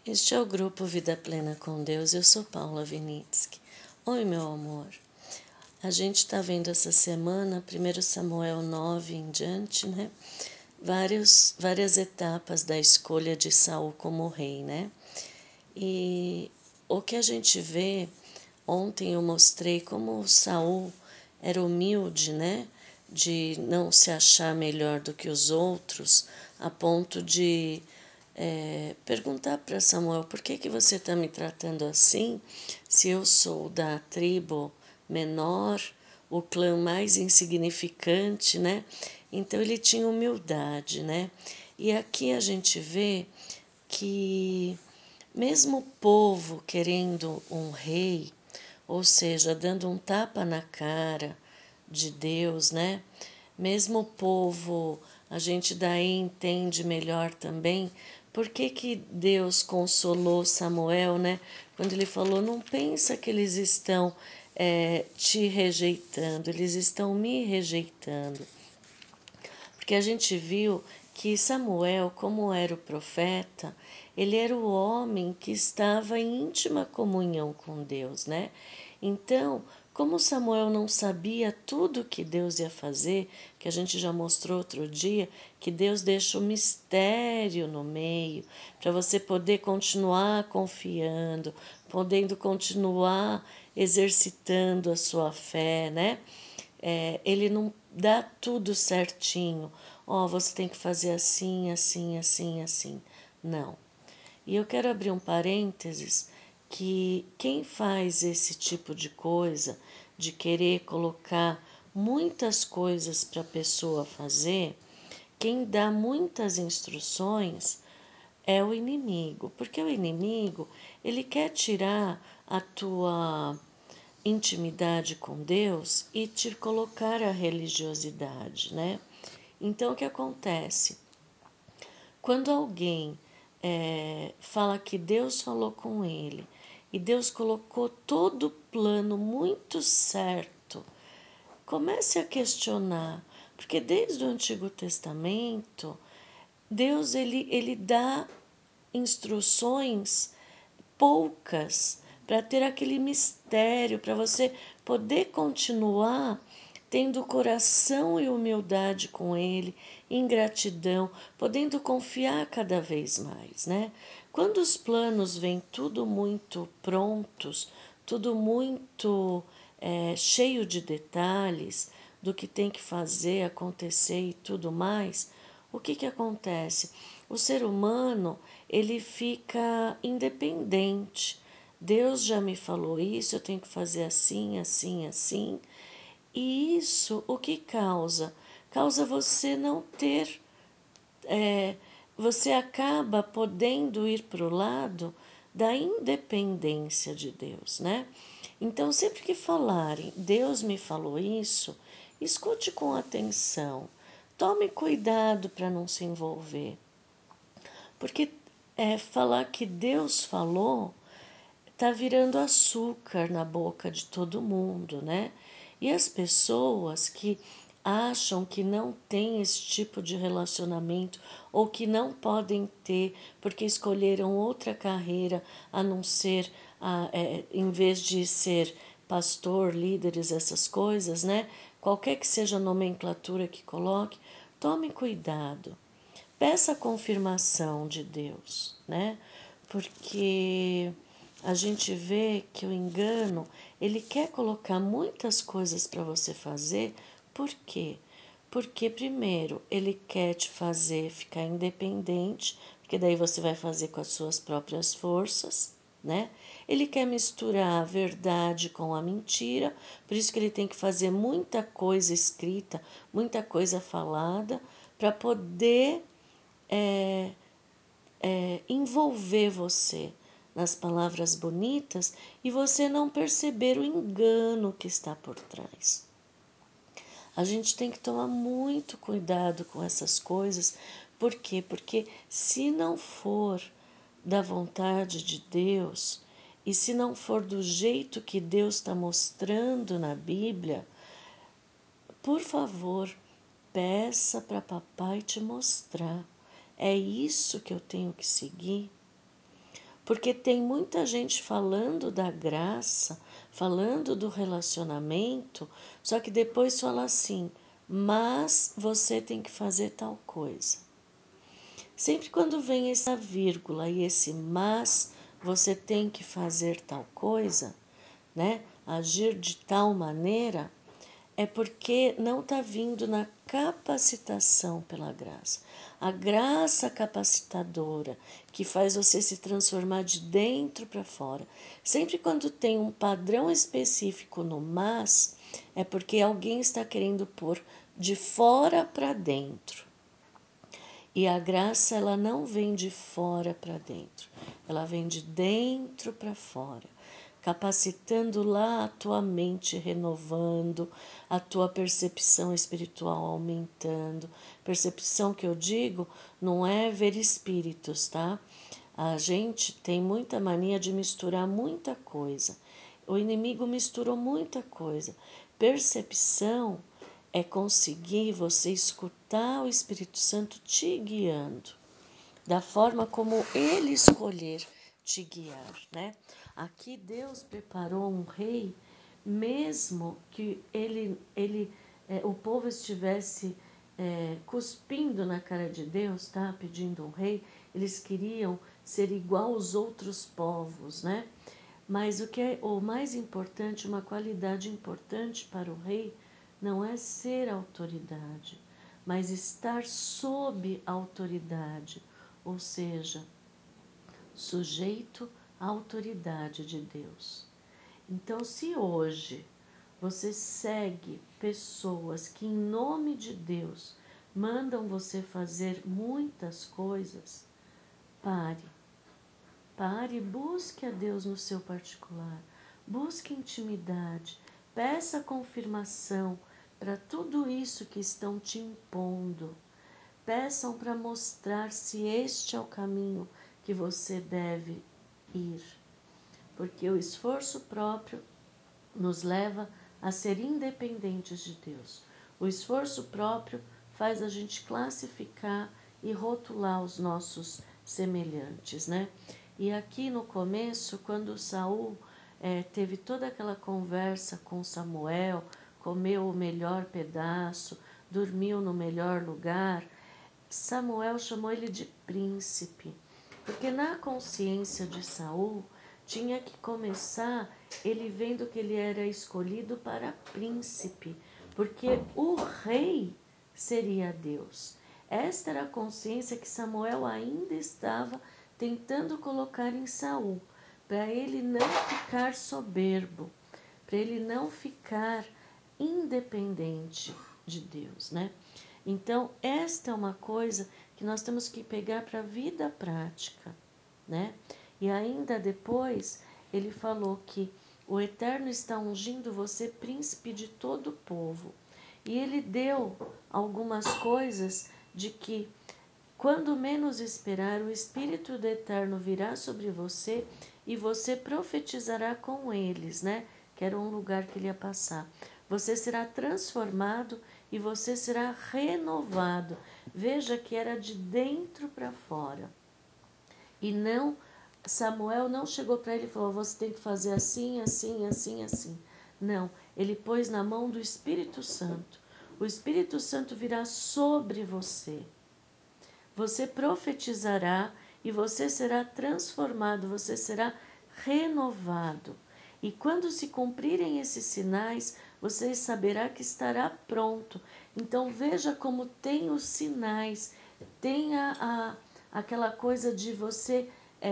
Este é o grupo Vida Plena com Deus. Eu sou Paula Vinitsky. Oi, meu amor. A gente está vendo essa semana, 1 Samuel 9 em diante, né? Várias etapas da escolha de Saul como rei, né? E o que a gente vê, ontem eu mostrei como Saul era humilde, né? De não se achar melhor do que os outros, a ponto de perguntar para Samuel: por que você está me tratando assim, se eu sou da tribo menor, o clã mais insignificante, né? Então ele tinha humildade, né? E aqui a gente vê que mesmo o povo querendo um rei, ou seja, dando um tapa na cara de Deus, né? Mesmo o povo, a gente daí entende melhor também por que Deus consolou Samuel, né? Quando ele falou: não pensa que eles estão te rejeitando, eles estão me rejeitando. Porque a gente viu que Samuel, como era o profeta, ele era o homem que estava em íntima comunhão com Deus, né? Então, como Samuel não sabia tudo que Deus ia fazer, que a gente já mostrou outro dia, que Deus deixa o mistério no meio, para você poder continuar confiando, podendo continuar exercitando a sua fé, né? Ele não dá tudo certinho. Você tem que fazer assim, assim, assim, assim. Não. E eu quero abrir um parênteses que quem faz esse tipo de coisa, de querer colocar muitas coisas para a pessoa fazer, quem dá muitas instruções é o inimigo, porque o inimigo, ele quer tirar a tua intimidade com Deus e te colocar a religiosidade, né? Então, o que acontece? Quando alguém fala que Deus falou com ele e Deus colocou todo o plano muito certo, comece a questionar, porque desde o Antigo Testamento, Deus ele dá instruções poucas para ter aquele mistério, para você poder continuar tendo coração e humildade com Ele, em gratidão, podendo confiar cada vez mais, né? Quando os planos vêm tudo muito prontos, tudo muito cheio de detalhes do que tem que fazer, acontecer e tudo mais, o que acontece? O ser humano, ele fica independente. Deus já me falou isso, eu tenho que fazer assim, assim, assim. E isso o que causa? Causa você não ter. Você acaba podendo ir para o lado da independência de Deus, né? Então, sempre que falarem, Deus me falou isso, escute com atenção. Tome cuidado para não se envolver. Porque falar que Deus falou está virando açúcar na boca de todo mundo, né? E as pessoas que acham que não tem esse tipo de relacionamento ou que não podem ter porque escolheram outra carreira a não ser, em vez de ser pastor, líderes, essas coisas, né? Qualquer que seja a nomenclatura que coloque, tome cuidado. Peça a confirmação de Deus, né? Porque a gente vê que o engano, ele quer colocar muitas coisas para você fazer. Por quê? Porque primeiro, ele quer te fazer ficar independente, porque daí você vai fazer com as suas próprias forças, né? Ele quer misturar a verdade com a mentira, por isso que ele tem que fazer muita coisa escrita, muita coisa falada, para poder envolver você nas palavras bonitas e você não perceber o engano que está por trás. A gente tem que tomar muito cuidado com essas coisas. Por quê? Porque se não for da vontade de Deus e se não for do jeito que Deus está mostrando na Bíblia, por favor, peça para papai te mostrar. É isso que eu tenho que seguir? Porque tem muita gente falando da graça, falando do relacionamento, só que depois fala assim, mas você tem que fazer tal coisa. Sempre quando vem essa vírgula e esse mas, você tem que fazer tal coisa, né? Agir de tal maneira, é porque não está vindo na capacitação pela graça. A graça capacitadora que faz você se transformar de dentro para fora. Sempre quando tem um padrão específico no mas, é porque alguém está querendo pôr de fora para dentro. E a graça, ela não vem de fora para dentro, ela vem de dentro para fora, capacitando lá a tua mente, renovando, a tua percepção espiritual aumentando. Percepção que eu digo não é ver espíritos, tá? A gente tem muita mania de misturar muita coisa. O inimigo misturou muita coisa. Percepção é conseguir você escutar o Espírito Santo te guiando, da forma como ele escolher te guiar, né? Aqui Deus preparou um rei, mesmo que o povo estivesse cuspindo na cara de Deus, tá? Pedindo um rei, eles queriam ser igual aos outros povos, né? Mas o que é o mais importante, uma qualidade importante para o rei, não é ser autoridade, mas estar sob autoridade, ou seja, sujeito à autoridade de Deus. Então, se hoje você segue pessoas que, em nome de Deus, mandam você fazer muitas coisas, pare. Pare, busque a Deus no seu particular, busque intimidade, peça confirmação para tudo isso que estão te impondo. Peçam para mostrar se este é o caminho que você deve ir, porque o esforço próprio nos leva a ser independentes de Deus. O esforço próprio faz a gente classificar e rotular os nossos semelhantes, né? E aqui no começo, quando Saul teve toda aquela conversa com Samuel, comeu o melhor pedaço, dormiu no melhor lugar, Samuel chamou ele de príncipe, porque na consciência de Saul tinha que começar ele vendo que ele era escolhido para príncipe, porque o rei seria Deus. Esta era a consciência que Samuel ainda estava tentando colocar em Saul, para ele não ficar soberbo, para ele não ficar independente de Deus, né? Então, esta é uma coisa que nós temos que pegar para a vida prática, né? E ainda depois, ele falou que o Eterno está ungindo você príncipe de todo o povo. E ele deu algumas coisas de que, quando menos esperar, o Espírito do Eterno virá sobre você e você profetizará com eles, né? Que era um lugar que ele ia passar. Você será transformado e você será renovado. Veja que era de dentro para fora. E não, Samuel não chegou para ele e falou, você tem que fazer assim, assim, assim, assim. Não, ele pôs na mão do Espírito Santo. O Espírito Santo virá sobre você. Você profetizará e você será transformado, você será renovado. E quando se cumprirem esses sinais, você saberá que estará pronto. Então veja como tem os sinais, tem aquela coisa de você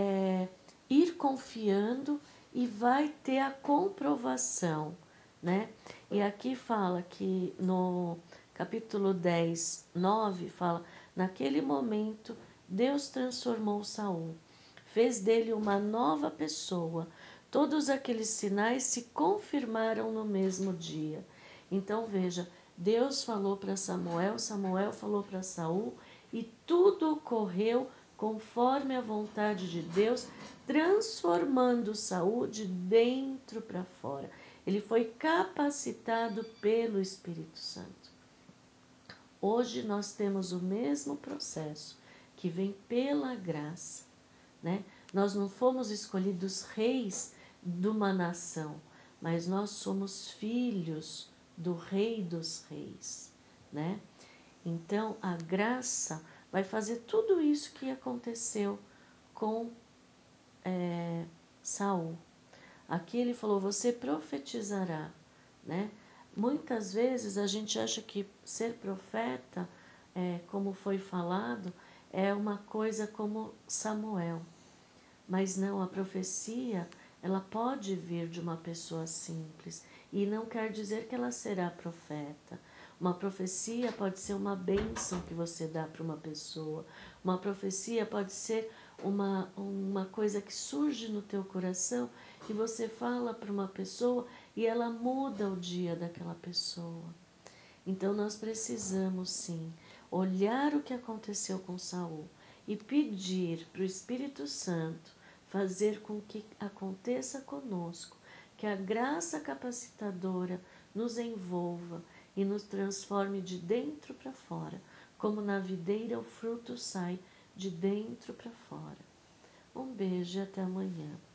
ir confiando e vai ter a comprovação, né? E aqui fala que no capítulo 10, 9, fala, naquele momento Deus transformou Saul, fez dele uma nova pessoa. Todos aqueles sinais se confirmaram no mesmo dia. Então veja, Deus falou para Samuel, Samuel falou para Saul, e tudo ocorreu conforme a vontade de Deus, transformando Saul de dentro para fora. Ele foi capacitado pelo Espírito Santo. Hoje nós temos o mesmo processo que vem pela graça, né? Nós não fomos escolhidos reis de uma nação, mas nós somos filhos do Rei dos Reis, né? Então, a graça vai fazer tudo isso que aconteceu com Saul. Aqui ele falou, você profetizará, né? Muitas vezes a gente acha que ser profeta, como foi falado, é uma coisa como Samuel. Mas não, a profecia, ela pode vir de uma pessoa simples e não quer dizer que ela será profeta. Uma profecia pode ser uma bênção que você dá para uma pessoa. Uma profecia pode ser uma coisa que surge no teu coração e você fala para uma pessoa e ela muda o dia daquela pessoa. Então nós precisamos sim olhar o que aconteceu com Saul e pedir para o Espírito Santo fazer com que aconteça conosco, que a graça capacitadora nos envolva e nos transforme de dentro para fora, como na videira o fruto sai de dentro para fora. Um beijo e até amanhã.